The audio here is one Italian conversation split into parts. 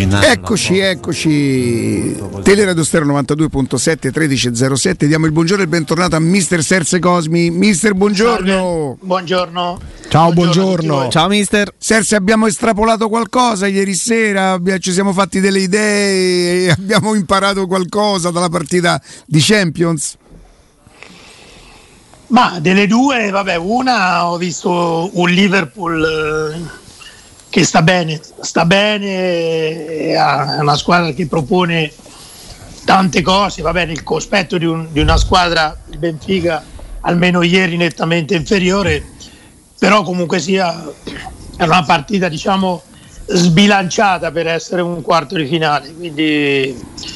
Eccoci. Teleradio Stereo 92.7 13.07. Diamo il buongiorno e il bentornato a Mister Serse Cosmi. Mister, buongiorno. Buongiorno. Ciao, buongiorno. Ciao mister. Serse, abbiamo estrapolato qualcosa ieri sera, ci siamo fatti delle idee, abbiamo imparato qualcosa dalla partita di Champions? Ma delle due, una ho visto un Liverpool che sta bene, è una squadra che propone tante cose, nel cospetto di una squadra, il Benfica, almeno ieri nettamente inferiore, però comunque sia è una partita sbilanciata per essere un quarto di finale, quindi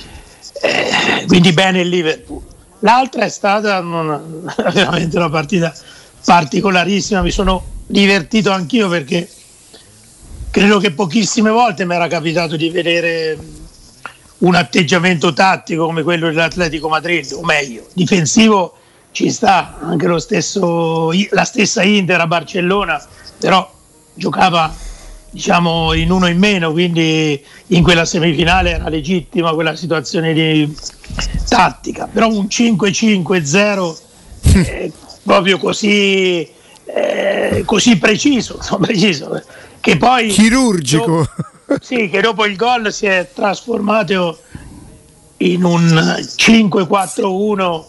bene il Liverpool. L'altra è stata veramente una partita particolarissima, mi sono divertito anch'io perché credo che pochissime volte mi era capitato di vedere un atteggiamento tattico come quello dell'Atletico Madrid, o meglio, difensivo ci sta, anche la stessa Inter a Barcellona, però giocava in uno in meno, quindi in quella semifinale era legittima quella situazione di tattica, però un 5-5-0 proprio così preciso, che poi chirurgico, che dopo il gol si è trasformato in un 5-4-1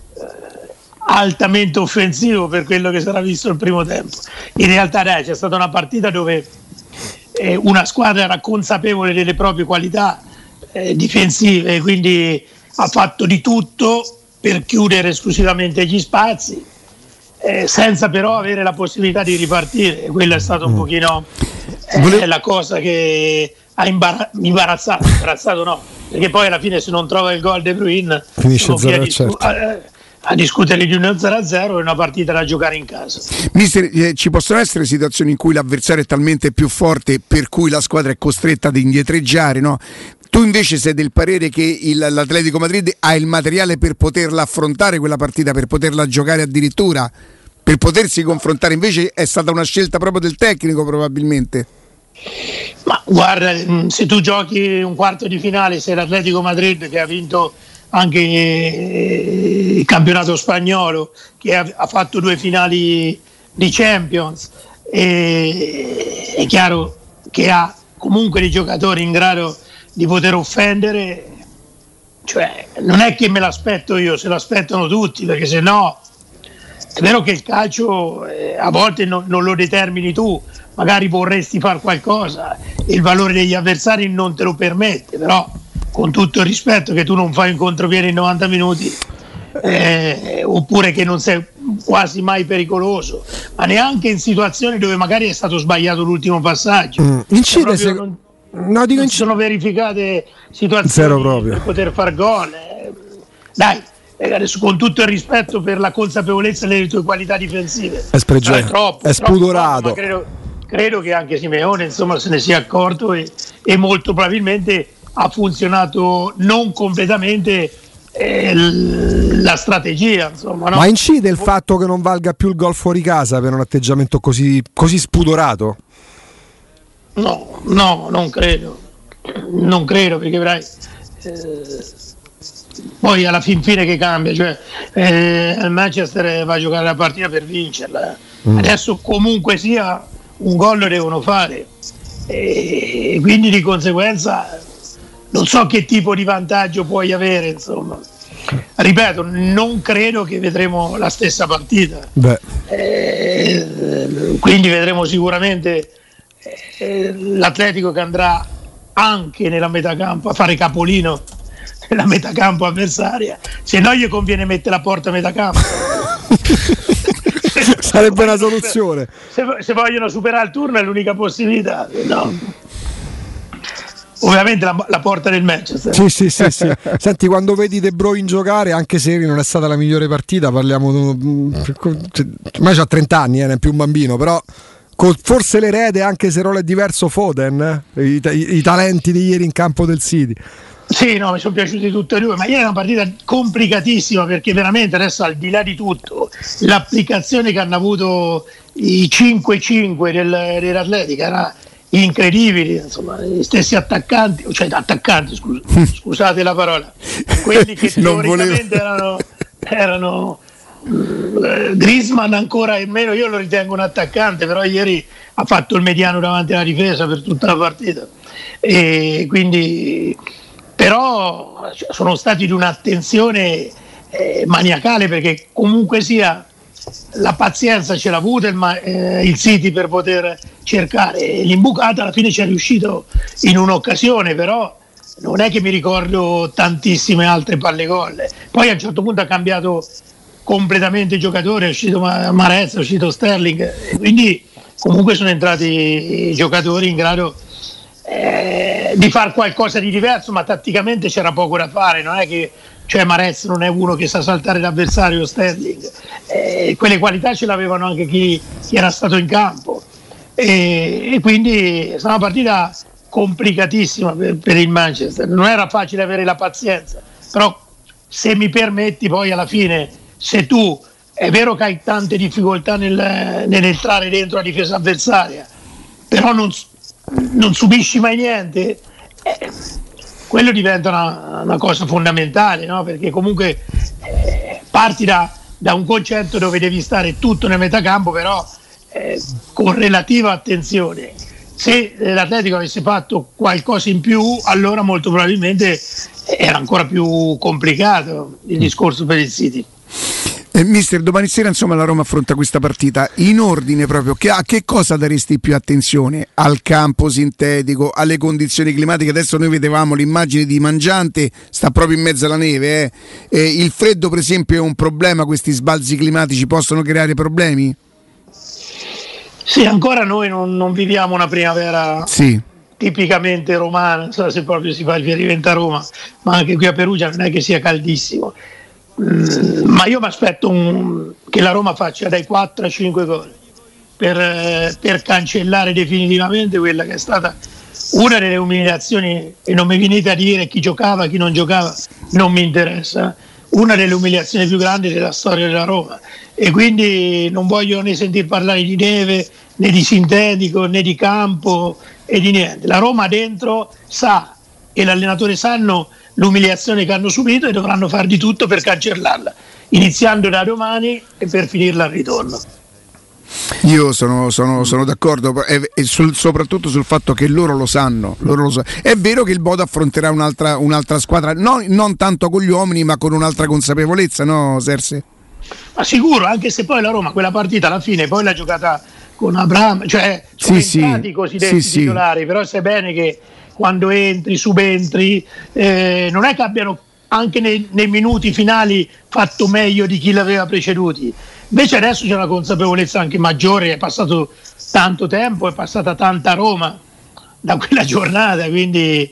altamente offensivo per quello che sarà visto il primo tempo. In realtà c'è stata una partita dove una squadra era consapevole delle proprie qualità difensive, quindi ha fatto di tutto per chiudere esclusivamente gli spazi, senza però avere la possibilità di ripartire. Quella è stata un pochino la cosa che ha imbarazzato no, perché poi alla fine se non trova il gol De Bruyne finisce a discutere di uno 0-0 e una partita da giocare in casa. Mister, ci possono essere situazioni in cui l'avversario è talmente più forte per cui la squadra è costretta ad indietreggiare, no? Tu invece sei del parere che l'Atletico Madrid ha il materiale per poterla affrontare quella partita, per poterla giocare addirittura, per potersi confrontare. Invece è stata una scelta proprio del tecnico probabilmente. Ma guarda, se tu giochi un quarto di finale, se l'Atletico Madrid, che ha vinto anche il campionato spagnolo, che ha fatto 2 finali di Champions, è chiaro che ha comunque dei giocatori in grado di poter offendere, cioè non è che me l'aspetto io, se l'aspettano tutti, perché se no è vero che il calcio a volte non lo determini tu, magari vorresti fare qualcosa e il valore degli avversari non te lo permette, però con tutto il rispetto che tu non fai un contropiede in 90 minuti, oppure che non sei quasi mai pericoloso, ma neanche in situazioni dove magari è stato sbagliato l'ultimo passaggio. Non si sono verificate situazioni per poter far gol. Dai, adesso con tutto il rispetto per la consapevolezza delle tue qualità difensive, è troppo, è spudorato. Ma credo che anche Simeone se ne sia accorto e molto probabilmente ha funzionato non completamente la strategia, no? Ma incide il fatto che non valga più il gol fuori casa per un atteggiamento così spudorato? No, non credo, perché vedrai, poi alla fine che cambia, cioè il Manchester va a giocare la partita per vincerla, adesso comunque sia un gol lo devono fare e quindi di conseguenza non so che tipo di vantaggio puoi avere, insomma. Ripeto, non credo che vedremo la stessa partita, quindi vedremo sicuramente l'Atletico che andrà anche nella metacampo a fare capolino nella metacampo avversaria, se no gli conviene mettere la porta a metacampo. Sarebbe una soluzione. Se vogliono superare il turno è l'unica possibilità, no? Ovviamente la porta del Manchester. Sì. Senti, quando vedi De Bruyne giocare, anche se non è stata la migliore partita, parliamo ormai c'ha 30 anni, non è più un bambino, però forse l'erede, anche se il ruolo è diverso, Foden, i talenti di ieri in campo del City. Sì, no, mi sono piaciuti tutti e due, ma ieri è una partita complicatissima, perché veramente adesso, al di là di tutto, l'applicazione che hanno avuto i 5-5 dell'Atletica incredibili, insomma, gli stessi attaccanti, scusate la parola, quelli che teoricamente erano Griezmann ancora in meno, io lo ritengo un attaccante, però ieri ha fatto il mediano davanti alla difesa per tutta la partita, e quindi però sono stati di un'attenzione maniacale, perché comunque sia la pazienza ce l'ha avuta il City per poter cercare, e l'imbucata alla fine ci è riuscito in un'occasione, però non è che mi ricordo tantissime altre palle gol. Poi a un certo punto ha cambiato completamente il giocatore, è uscito Mahrez, è uscito Sterling, e quindi comunque sono entrati giocatori in grado di fare qualcosa di diverso, ma tatticamente c'era poco da fare, non è che Mahrez non è uno che sa saltare l'avversario, Sterling, quelle qualità ce l'avevano anche chi era stato in campo, e quindi è stata una partita complicatissima per il Manchester, non era facile avere la pazienza, però se mi permetti, poi alla fine, se tu è vero che hai tante difficoltà nell'entrare dentro la difesa avversaria, però non subisci mai niente, quello diventa una cosa fondamentale, no? Perché comunque parti da un concetto dove devi stare tutto nel metacampo, però con relativa attenzione. Se l'Atletico avesse fatto qualcosa in più, allora molto probabilmente era ancora più complicato il discorso per il City. Mister, domani sera insomma la Roma affronta questa partita in ordine proprio, a che cosa daresti più attenzione? Al campo sintetico, alle condizioni climatiche? Adesso noi vedevamo l'immagine di Mangiante, sta proprio in mezzo alla neve, il freddo per esempio è un problema, questi sbalzi climatici possono creare problemi? Sì, ancora noi non viviamo una primavera tipicamente romana, non so se proprio si fa il riferimento a Roma, ma anche qui a Perugia non è che sia caldissimo. Ma io mi aspetto che la Roma faccia dai 4 a 5 gol per cancellare definitivamente quella che è stata una delle umiliazioni, e non mi venite a dire chi giocava, chi non giocava, non mi interessa, una delle umiliazioni più grandi della storia della Roma, e quindi non voglio né sentir parlare di neve, né di sintetico, né di campo e di niente. La Roma dentro sa, e l'allenatore sanno l'umiliazione che hanno subito, e dovranno fare di tutto per cancellarla, iniziando da domani e per finirla al ritorno. Io sono d'accordo, soprattutto sul fatto che loro lo sanno. È vero che il Bodo affronterà un'altra squadra, non tanto con gli uomini ma con un'altra consapevolezza, no Serse? Ma sicuro, anche se poi la Roma quella partita alla fine poi l'ha giocata con Abraham, cioè sono entrati i cosiddetti titolari, però sai bene che quando subentri, non è che abbiano anche nei minuti finali fatto meglio di chi l'aveva preceduti. Invece adesso c'è una consapevolezza anche maggiore, è passato tanto tempo, è passata tanta Roma da quella giornata, quindi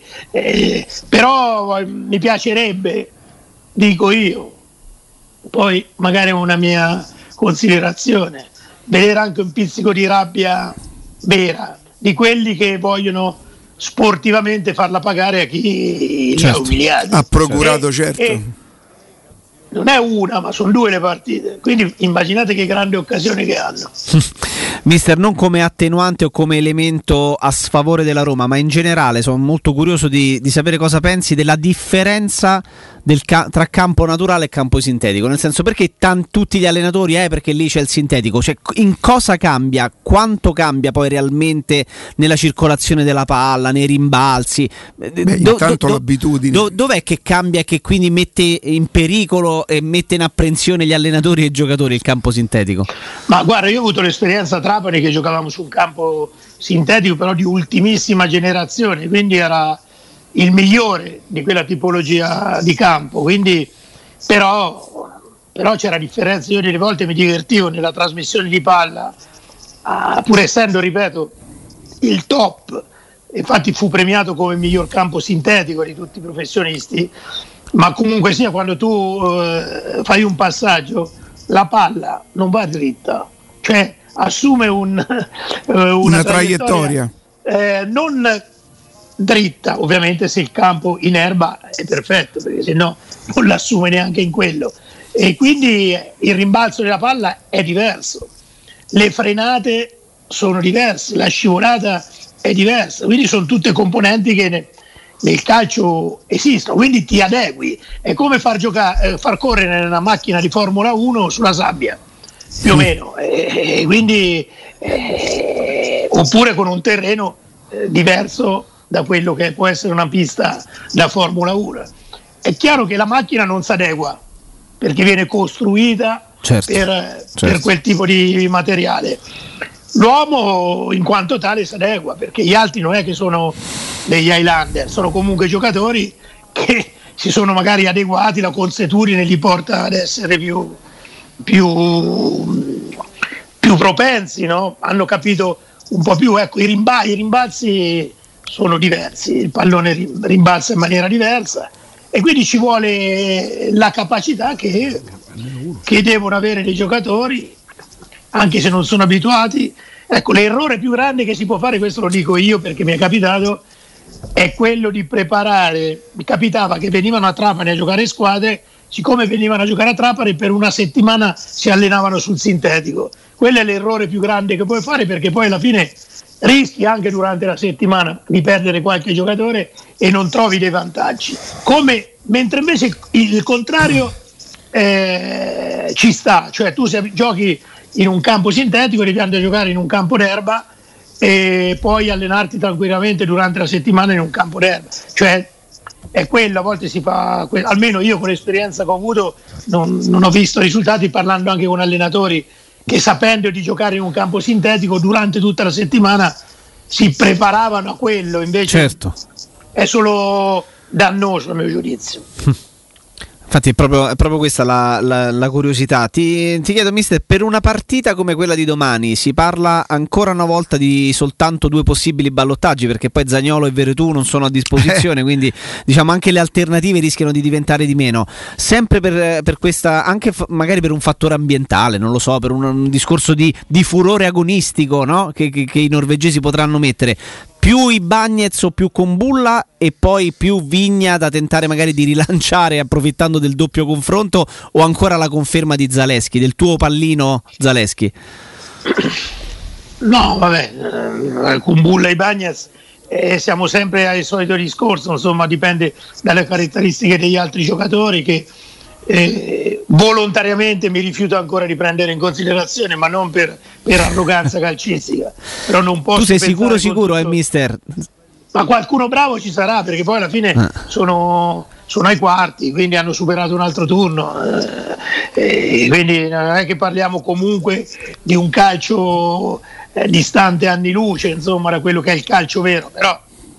però mi piacerebbe, dico io, poi magari è una mia considerazione, vedere anche un pizzico di rabbia vera di quelli che vogliono sportivamente farla pagare a chi li ha umiliati. Ha procurato, certo. Non è una, ma sono due le partite, quindi immaginate che grande occasione che hanno. Mister, non come attenuante o come elemento a sfavore della Roma, ma in generale sono molto curioso di sapere cosa pensi della differenza tra campo naturale e campo sintetico, nel senso, perché tutti gli allenatori perché lì c'è il sintetico, cioè in cosa cambia, quanto cambia poi realmente nella circolazione della palla, nei rimbalzi? Intanto l'abitudine. Dov'è che cambia e che quindi mette in pericolo e mette in apprensione gli allenatori e i giocatori il campo sintetico? Ma guarda, io ho avuto l'esperienza a Trapani che giocavamo su un campo sintetico però di ultimissima generazione, quindi era il migliore di quella tipologia di campo, quindi però c'era differenza. Io delle volte mi divertivo nella trasmissione di palla, pur essendo, ripeto, il top, infatti fu premiato come miglior campo sintetico di tutti i professionisti, ma comunque sia, quando tu fai un passaggio la palla non va dritta, cioè assume una traiettoria non dritta, ovviamente se il campo in erba è perfetto, perché se no non l'assume neanche in quello, e quindi il rimbalzo della palla è diverso, le frenate sono diverse, la scivolata è diversa, quindi sono tutte componenti che nel calcio esistono, quindi ti adegui. È come far correre una macchina di Formula 1 sulla sabbia, più o meno, quindi oppure con un terreno diverso da quello che può essere una pista da Formula 1. È chiaro che la macchina non si adegua perché viene costruita per quel tipo di materiale. L'uomo in quanto tale si adegua, perché gli altri non è che sono degli Highlander, sono comunque giocatori che si sono magari adeguati, la consuetudine gli porta ad essere più propensi, no? Hanno capito un po' più, ecco, i rimbalzi sono diversi, il pallone rimbalza in maniera diversa e quindi ci vuole la capacità che devono avere dei giocatori, anche se non sono abituati. Ecco, l'errore più grande che si può fare, questo lo dico io perché mi è capitato, è quello di preparare. Mi capitava che venivano a Trapani a giocare in squadre, siccome venivano a giocare a Trapani per una settimana si allenavano sul sintetico. Quello è l'errore più grande che puoi fare, perché poi alla fine rischi anche durante la settimana di perdere qualche giocatore e non trovi dei vantaggi, mentre invece il contrario ci sta, cioè tu se giochi in un campo sintetico devi andare a giocare in un campo d'erba e poi allenarti tranquillamente durante la settimana in un campo d'erba, cioè è quello, a volte si fa almeno io con l'esperienza che ho avuto non ho visto risultati, parlando anche con allenatori che sapendo di giocare in un campo sintetico durante tutta la settimana si preparavano a quello, invece è solo dannoso a mio giudizio. Infatti è proprio questa la curiosità. Ti chiedo, mister, per una partita come quella di domani si parla ancora una volta di soltanto 2 possibili ballottaggi, perché poi Zaniolo e Veretù non sono a disposizione, quindi diciamo anche le alternative rischiano di diventare di meno. Sempre per questa, anche magari per un fattore ambientale, non lo so, per un discorso di furore agonistico, no? che i norvegesi potranno mettere. Più Ibañez o più Kumbulla e poi più Vigna da tentare magari di rilanciare approfittando del doppio confronto, o ancora la conferma di Zalewski, del tuo pallino Zalewski? No, vabbè, Kumbulla e Ibañez siamo sempre al solito discorso, insomma dipende dalle caratteristiche degli altri giocatori che volontariamente mi rifiuto ancora di prendere in considerazione, ma non per arroganza calcistica. Però non posso. Tu sei sicuro, mister? Ma qualcuno bravo ci sarà, perché poi alla fine sono ai quarti, quindi hanno superato un altro turno, quindi non è che parliamo comunque di un calcio distante anni luce, insomma, da quello che è il calcio vero. Però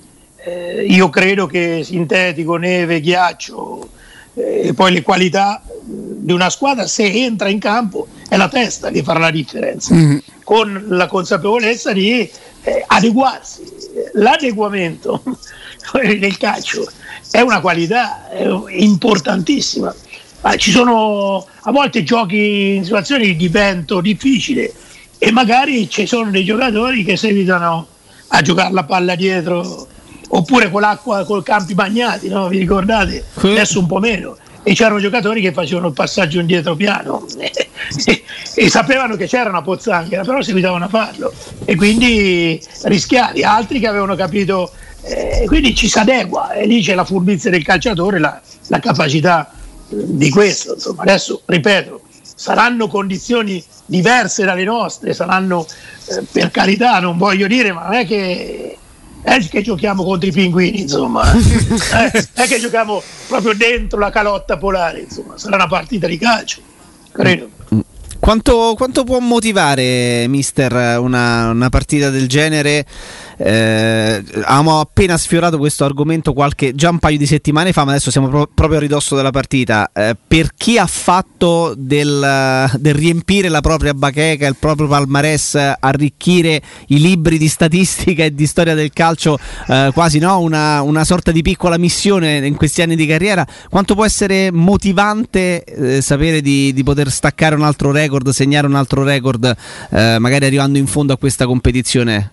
io credo che sintetico, neve, ghiaccio e poi le qualità di una squadra, se entra in campo, è la testa che farà la differenza, con la consapevolezza di adeguarsi. L'adeguamento nel calcio è una qualità importantissima. Ci sono a volte giochi in situazioni di vento difficile e magari ci sono dei giocatori che seguitano a giocare la palla dietro, oppure con l'acqua, con campi bagnati, no? Vi ricordate? Adesso un po' meno, e c'erano giocatori che facevano il passaggio indietro piano e sapevano che c'era una pozzanghera, però seguitavano a farlo e quindi rischiavi. Altri che avevano capito, quindi ci si adegua, e lì c'è la furbizia del calciatore, la capacità di questo. Insomma, adesso ripeto, saranno condizioni diverse dalle nostre, saranno per carità, non voglio dire, ma non è che giochiamo contro i pinguini, insomma, è che giochiamo proprio dentro la calotta polare, insomma, sarà una partita di calcio, credo. Quanto può motivare, mister, una partita del genere? Avevamo appena sfiorato questo argomento già un paio di settimane fa, ma adesso siamo proprio a ridosso della partita. Per chi ha fatto del riempire la propria bacheca, il proprio palmarès, arricchire i libri di statistica e di storia del calcio, quasi no, una sorta di piccola missione in questi anni di carriera, quanto può essere motivante sapere di poter staccare un altro record, segnare un altro record, magari arrivando in fondo a questa competizione?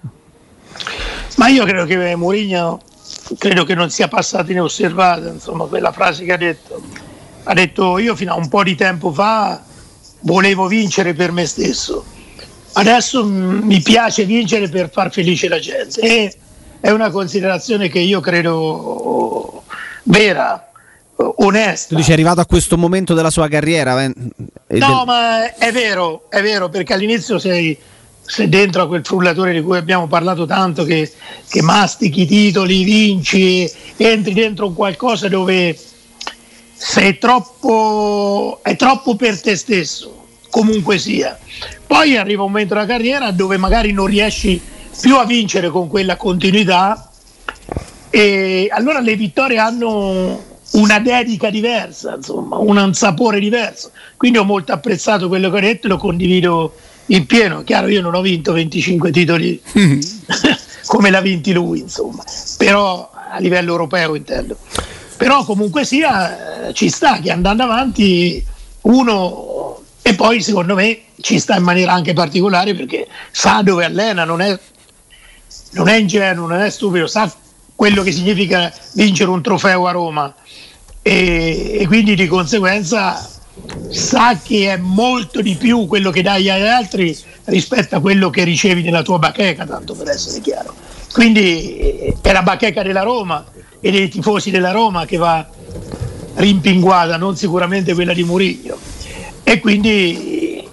Ma io credo che Mourinho non sia passato inosservato, insomma, quella frase che ha detto io fino a un po' di tempo fa volevo vincere per me stesso, adesso mi piace vincere per far felice la gente, e è una considerazione che io credo vera, onesta. Tu dici è arrivato a questo momento della sua carriera? No, ma è vero, perché all'inizio sei dentro a quel frullatore di cui abbiamo parlato tanto, che mastichi i titoli, vinci, entri dentro un qualcosa dove è troppo per te stesso, comunque sia. Poi arriva un momento della carriera dove magari non riesci più a vincere con quella continuità, e allora le vittorie hanno una dedica diversa, insomma, un sapore diverso. Quindi ho molto apprezzato quello che ho detto e lo condivido in pieno. Chiaro, io non ho vinto 25 titoli come l'ha vinti lui, insomma, però a livello europeo intendo. Però comunque sia, ci sta che andando avanti uno, e poi secondo me ci sta in maniera anche particolare perché sa dove allena, non è ingenuo, non è stupido, sa quello che significa vincere un trofeo a Roma, e quindi di conseguenza sa che è molto di più quello che dai agli altri rispetto a quello che ricevi nella tua bacheca, tanto per essere chiaro. Quindi è la bacheca della Roma e dei tifosi della Roma che va rimpinguata, non sicuramente quella di Mourinho, e quindi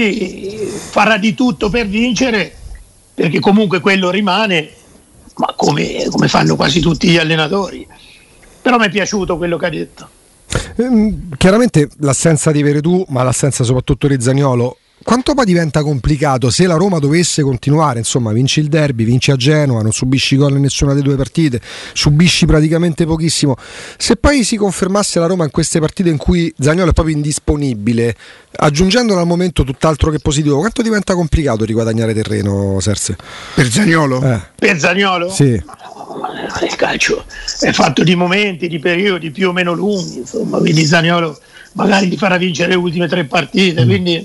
farà di tutto per vincere, perché comunque quello rimane, ma come fanno quasi tutti gli allenatori. Però mi è piaciuto quello che ha detto. Chiaramente l'assenza di Veretù, ma l'assenza soprattutto di Zaniolo, quanto poi diventa complicato se la Roma dovesse continuare, insomma, vinci il derby, vinci a Genova, non subisci gol in nessuna delle due partite, subisci praticamente pochissimo. Se poi si confermasse la Roma in queste partite in cui Zaniolo è proprio indisponibile, aggiungendolo al momento tutt'altro che positivo, quanto diventa complicato riguadagnare terreno, Serse? Per Zaniolo? Per Zaniolo? Sì. Il calcio è fatto di momenti, di periodi più o meno lunghi, insomma, quindi Zaniolo magari ti farà vincere le ultime 3 partite, quindi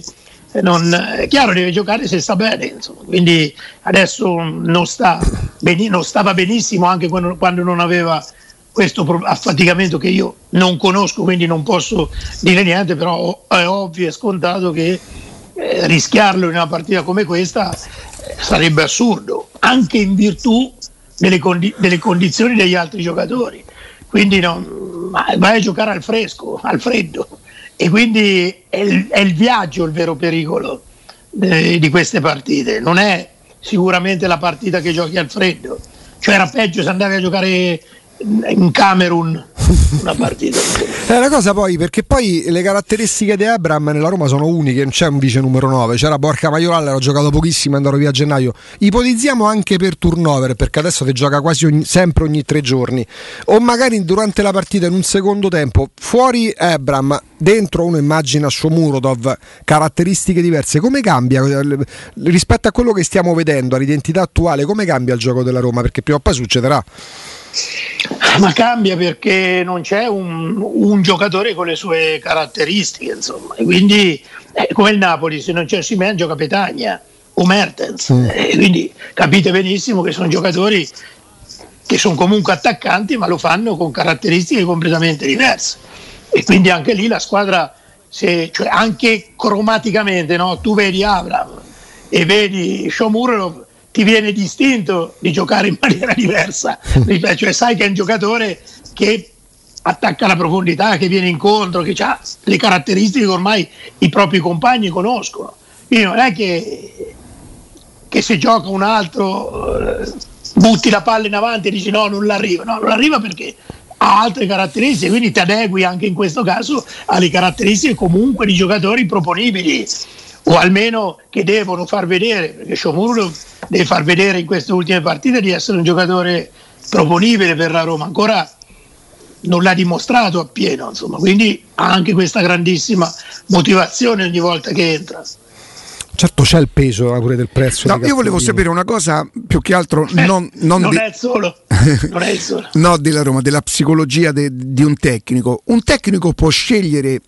è chiaro, deve giocare se sta bene, insomma. Quindi adesso non stava benissimo anche quando non aveva questo affaticamento che io non conosco, quindi non posso dire niente, però è ovvio e scontato che rischiarlo in una partita come questa sarebbe assurdo, anche in virtù delle condizioni degli altri giocatori. Quindi vai a giocare al fresco, al freddo, e quindi è il viaggio il vero pericolo di queste partite, non è sicuramente la partita che giochi al freddo. Cioè era peggio se andavi a giocare in Camerun una partita. È una cosa poi, perché poi le caratteristiche di Abraham nella Roma sono uniche, non c'è un vice numero 9, c'era Borja Majoral, era giocato pochissimo, è andato via a gennaio. Ipotizziamo anche per turnover, perché adesso ti gioca quasi sempre ogni 3 giorni, o magari durante la partita in un secondo tempo, fuori Abraham, dentro uno immagina Shomurodov, caratteristiche diverse. Come cambia rispetto a quello che stiamo vedendo, all'identità attuale, come cambia il gioco della Roma? Perché prima o poi succederà. Ma cambia perché non c'è un giocatore con le sue caratteristiche, insomma, e quindi come il Napoli, se non c'è Osimhen gioca Petagna o Mertens, e quindi capite benissimo che sono giocatori che sono comunque attaccanti, ma lo fanno con caratteristiche completamente diverse, e quindi anche lì la squadra, cioè anche cromaticamente, no? Tu vedi Abraham e vedi Shomurodov, ti viene distinto di giocare in maniera diversa, cioè sai che è un giocatore che attacca la profondità, che viene incontro, che ha le caratteristiche che ormai i propri compagni conoscono. Quindi non è che se gioca un altro butti la palla in avanti e dici no, non l'arriva perché ha altre caratteristiche, quindi ti adegui anche in questo caso alle caratteristiche comunque di giocatori proponibili, o almeno che devono far vedere, perché Shomurodov deve far vedere in queste ultime partite di essere un giocatore proponibile per la Roma, ancora non l'ha dimostrato appieno, insomma, quindi ha anche questa grandissima motivazione ogni volta che entra. Certo c'è il peso pure del prezzo. No, io volevo sapere una cosa, più che altro non è il solo. Non è il solo. No, della Roma, della psicologia di un tecnico. Un tecnico può scegliere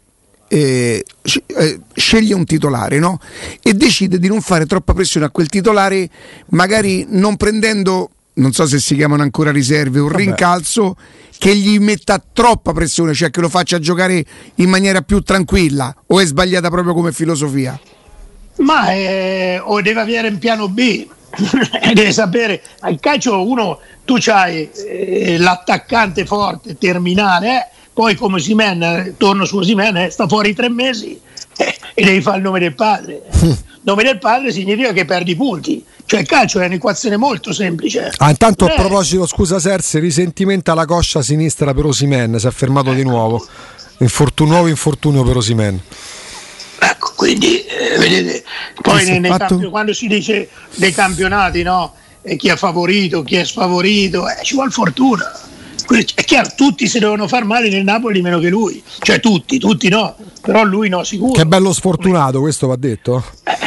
sceglie un titolare, no? E decide di non fare troppa pressione a quel titolare, magari non prendendo, non so se si chiamano ancora riserve, un rincalzo che gli metta troppa pressione, cioè che lo faccia giocare in maniera più tranquilla, o è sbagliata proprio come filosofia? Ma o deve avere un piano B, deve sapere, al calcio tu c'hai l'attaccante forte, terminale, poi come Osimhen, torno su Osimhen, sta fuori 3 mesi e devi fare il nome del padre. Nome del padre significa che perdi punti, cioè il calcio è un'equazione molto semplice. Intanto a proposito, scusa Serse, risentimento alla coscia sinistra per Osimhen, si è fermato di nuovo, nuovo infortunio per Osimhen. Ecco, quindi vedete, poi quando si dice dei campionati, no? Chi è favorito, chi è sfavorito, ci vuole fortuna. È chiaro, tutti si devono far male nel Napoli meno che lui, cioè tutti no, però lui no, sicuro. Che bello sfortunato, questo va detto.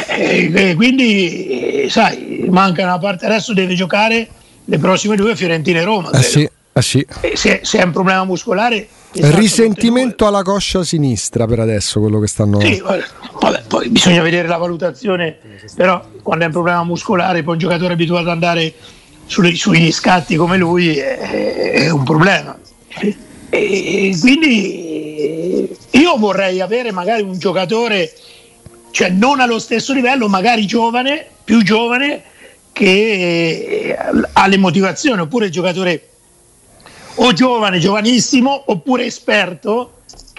Quindi sai, manca una parte, adesso deve giocare le prossime 2 Fiorentina e Roma. Sì. Se è un problema muscolare, risentimento alla coscia sinistra per adesso, quello che stanno. Sì, vabbè, poi bisogna vedere la valutazione, però quando è un problema muscolare, poi un giocatore abituato ad andare sugli scatti come lui è un problema. E quindi io vorrei avere magari un giocatore, cioè non allo stesso livello, magari giovane, più giovane, che ha le motivazioni, oppure il giocatore o giovane, giovanissimo, oppure esperto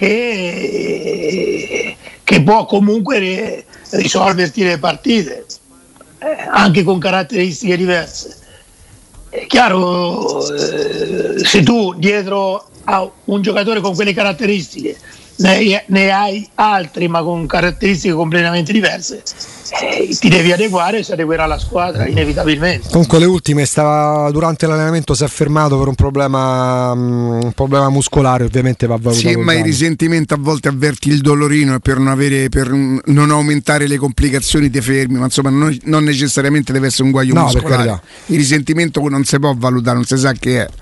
che può comunque risolverti le partite, anche con caratteristiche diverse. È chiaro, se tu dietro a un giocatore con quelle caratteristiche ne hai altri ma con caratteristiche completamente diverse, ti devi adeguare e si adeguerà la squadra inevitabilmente. Comunque le ultime, durante l'allenamento si è fermato per un problema muscolare, ovviamente va valutato. Sì, ma il risentimento a volte avverti il dolorino per non aumentare le complicazioni ti fermi, ma insomma non necessariamente deve essere un guaio muscolare. Il risentimento non si può valutare, non si sa che è.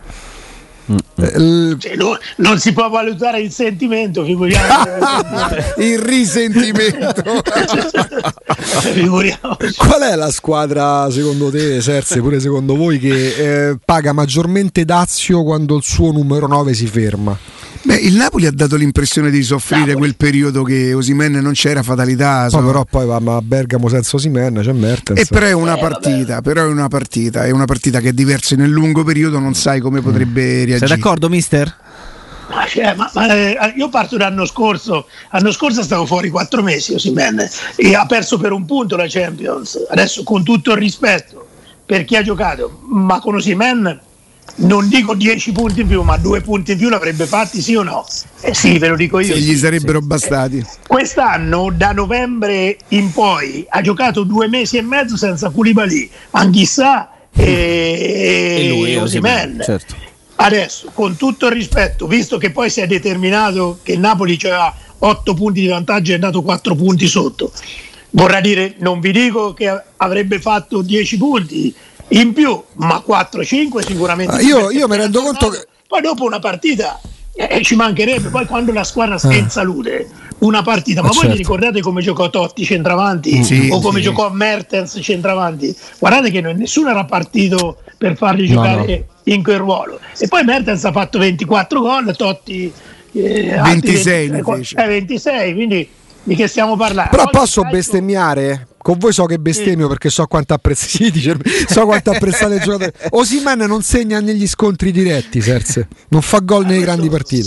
Non si può valutare il sentimento, figuriamoci. Il risentimento. Figuriamoci. Qual è la squadra secondo te, Serse, pure secondo voi, che paga maggiormente dazio quando il suo numero 9 si ferma? Beh, il Napoli ha dato l'impressione di soffrire quel periodo che Osimhen non c'era, fatalità. Però poi va a Bergamo senza Osimhen, c'è Mertens. E però è una partita, è una partita che è diversa nel lungo periodo, non sai come potrebbe reagire. Sei d'accordo, mister? Io parto dall'anno scorso. L'anno scorso stavo fuori 4 mesi Osimhen e ha perso per un punto la Champions. Adesso, con tutto il rispetto per chi ha giocato, ma con Osimhen non dico 10 punti in più, ma 2 punti in più l'avrebbe fatti, sì o no? Sì, ve lo dico io. Se gli sarebbero bastati. Quest'anno, da novembre in poi, ha giocato 2 mesi e mezzo senza Koulibaly, Anghissà e lui, Osimhen. Certo. Adesso, con tutto il rispetto, visto che poi si è determinato che il Napoli aveva 8 punti di vantaggio e è andato 4 punti sotto, vorrà dire, non vi dico che avrebbe fatto 10 punti in più, ma 4-5 sicuramente. Io mi rendo conto che poi dopo una partita ci mancherebbe, poi quando la squadra è in salute una partita, ma voi vi ricordate come giocò Totti centravanti o come giocò Mertens centravanti? Guardate che nessuno era partito per farli giocare in quel ruolo, e poi Mertens ha fatto 24 gol, Totti 26 invece. 26, quindi di che stiamo parlando? Però posso bestemmiare? Con voi so che bestemmio perché so quanto apprezzate il giocatore. Osimhen non segna negli scontri diretti, Serse. Non fa gol nelle grandi partite.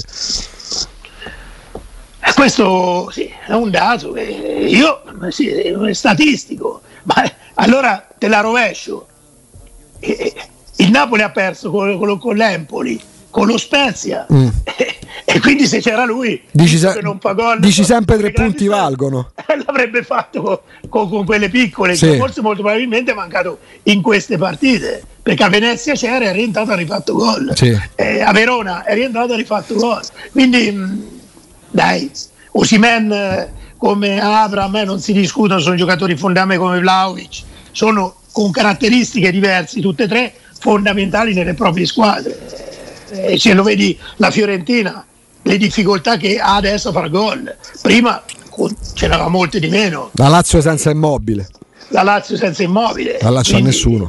Questo sì, è un dato. È statistico. Ma allora te la rovescio. Il Napoli ha perso con l'Empoli, con lo Spezia. E quindi se c'era lui, che non fa gol, dici sempre 3 punti valgono. L'avrebbe fatto con quelle piccole, che forse molto probabilmente è mancato in queste partite, perché a Venezia c'era, è rientrato e ha rifatto gol, a Verona è rientrato e ha rifatto gol, quindi dai, Osimhen come Avram, a me non si discutono, sono giocatori fondamentali come Vlahovic, sono con caratteristiche diverse, tutte e 3 fondamentali nelle proprie squadre. Se lo vedi la Fiorentina, le difficoltà che ha adesso a far gol, prima ce n'aveva molte di meno. La Lazio senza Immobile. La Lazio ha nessuno.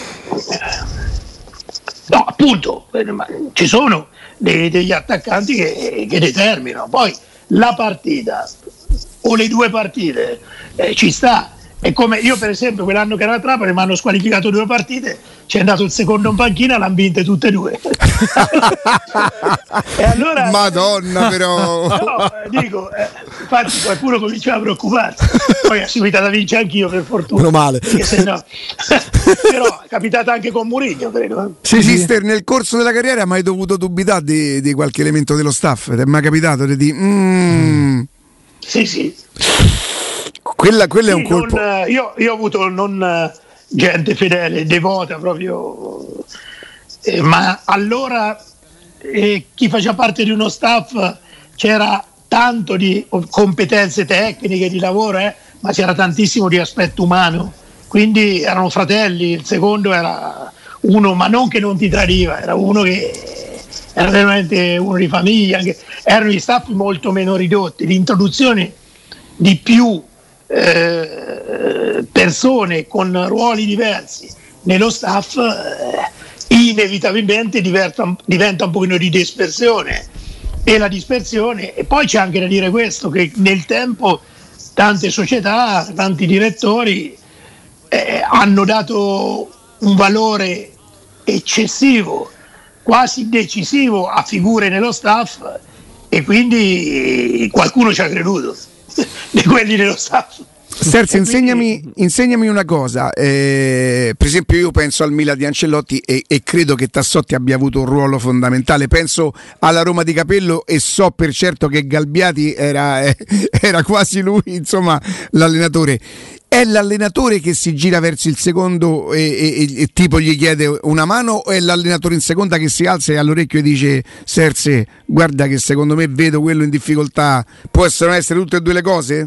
No, appunto, ci sono degli attaccanti che determinano. Poi la partita o le 2 partite ci sta, È come io, per esempio, quell'anno che era a Trapani mi hanno squalificato 2 partite, c'è andato il secondo in panchina, l'hanno vinte tutte e 2. E allora, Madonna, però. no, dico, infatti qualcuno cominciava a preoccuparsi. Poi ha seguito da vincere anch'io, per fortuna. Meno male. Se no. Però è capitata anche con Mourinho, credo. Sì, mister, nel corso della carriera hai mai dovuto dubitare di qualche elemento dello staff? Ti è mai capitato di dire Sì. Quella è un colpo. Io ho avuto non gente fedele, devota proprio, ma allora chi faceva parte di uno staff c'era tanto di competenze tecniche, di lavoro, ma c'era tantissimo di aspetto umano, quindi erano fratelli. Il secondo era uno, ma non che non ti tradiva, era uno che era veramente uno di famiglia. Erano gli staff molto meno ridotti, l'introduzione di più persone con ruoli diversi nello staff inevitabilmente diventa un pochino di dispersione, e la dispersione, e poi c'è anche da dire questo, che nel tempo tante società, tanti direttori hanno dato un valore eccessivo, quasi decisivo, a figure nello staff, e quindi qualcuno ci ha creduto di quelli dello staff. Sterzi, insegnami una cosa, per esempio io penso al Milan di Ancelotti e credo che Tassotti abbia avuto un ruolo fondamentale, penso alla Roma di Capello e so per certo che Galbiati era quasi lui, insomma, l'allenatore. È l'allenatore che si gira verso il secondo e tipo gli chiede una mano, o è l'allenatore in seconda che si alza e all'orecchio e dice: Serse, guarda che secondo me vedo quello in difficoltà? Possono essere tutte e due le cose?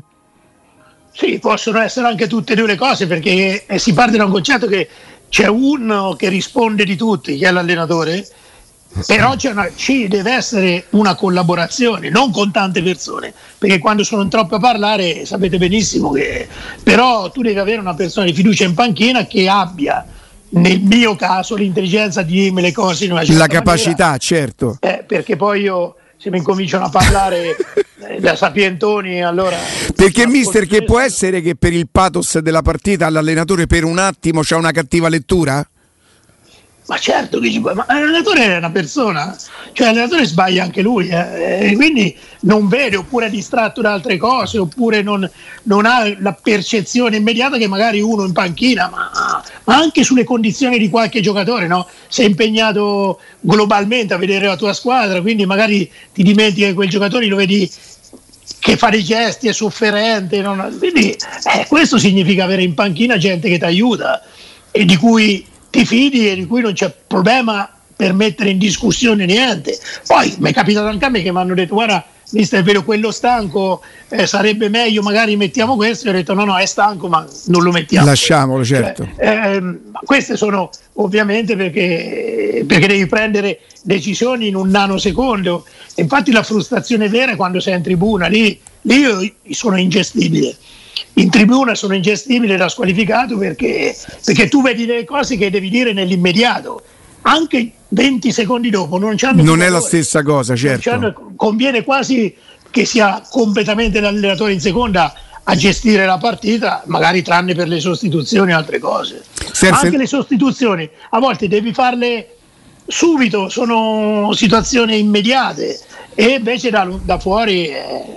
Sì, possono essere anche tutte e due le cose, perché si parte da un concetto che c'è uno che risponde di tutti, che è l'allenatore, però ci deve essere una collaborazione, non con tante persone, perché quando sono troppo a parlare sapete benissimo che, però tu devi avere una persona di fiducia in panchina che abbia, nel mio caso, l'intelligenza di dirmi le cose in una certa la capacità maniera, certo, perché poi io, se mi incominciano a parlare da sapientoni, allora, perché mister, che può essere che per il pathos della partita l'allenatore per un attimo c'ha una cattiva lettura? Ma certo che ma l'allenatore è una persona, cioè l'allenatore sbaglia anche lui, e quindi non vede, oppure è distratto da altre cose, oppure non ha la percezione immediata che magari uno in panchina, ma anche sulle condizioni di qualche giocatore, no? Sei impegnato globalmente a vedere la tua squadra, quindi magari ti dimentichi che quel giocatore lo vedi che fa dei gesti, è sofferente, quindi questo significa avere in panchina gente che ti aiuta e di cui ti fidi e di cui non c'è problema per mettere in discussione niente. Poi mi è capitato anche a me che mi hanno detto: guarda mister, vedo quello stanco, sarebbe meglio magari mettiamo questo, e ho detto no, è stanco ma non lo mettiamo, lasciamolo, certo. Queste sono ovviamente perché devi prendere decisioni in un nanosecondo. Infatti la frustrazione vera è quando sei in tribuna, lì io sono ingestibile. In tribuna sono ingestibile da squalificato, perché tu vedi delle cose che devi dire nell'immediato, anche 20 secondi dopo non è la stessa cosa, certo. Conviene quasi che sia completamente l'allenatore in seconda a gestire la partita, magari tranne per le sostituzioni e altre cose. Anche le sostituzioni a volte devi farle subito, sono situazioni immediate, e invece da fuori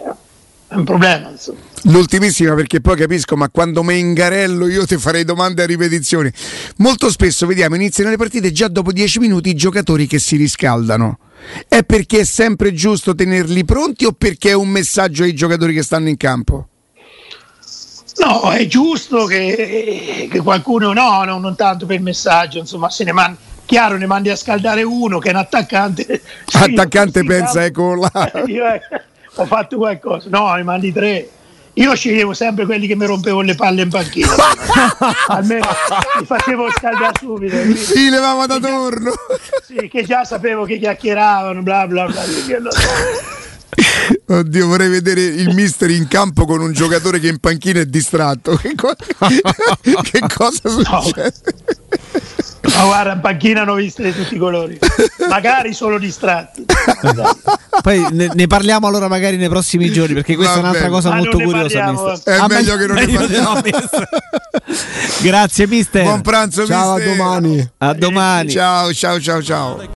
è un problema, insomma. L'ultimissima, perché poi capisco, ma quando me ingarello io ti farei domande a ripetizione. Molto spesso vediamo iniziano le partite già dopo 10 minuti i giocatori che si riscaldano. È perché è sempre giusto tenerli pronti, o perché è un messaggio ai giocatori che stanno in campo? No, è giusto che qualcuno, non tanto per il messaggio, insomma, se ne manda. Chiaro, ne mandi a scaldare uno che è un attaccante. Attaccante pensa, eccolo là. Io ho fatto qualcosa. No, ne mandi 3. Io sceglievo sempre quelli che mi rompevano le palle in panchina. Almeno mi facevo scaldare subito. Sì, levavo da torno. Sì, che già sapevo che chiacchieravano, bla bla bla. Oddio, vorrei vedere il mister in campo con un giocatore che in panchina è distratto. Che cosa succede? Ma guarda, in panchina hanno viste di tutti i colori, magari solo distratti. Poi ne parliamo allora magari nei prossimi giorni, perché questa è un'altra cosa molto curiosa. È meglio che non ne parliamo. Grazie mister. Buon pranzo. Ciao, mister. a domani. A domani. Ciao.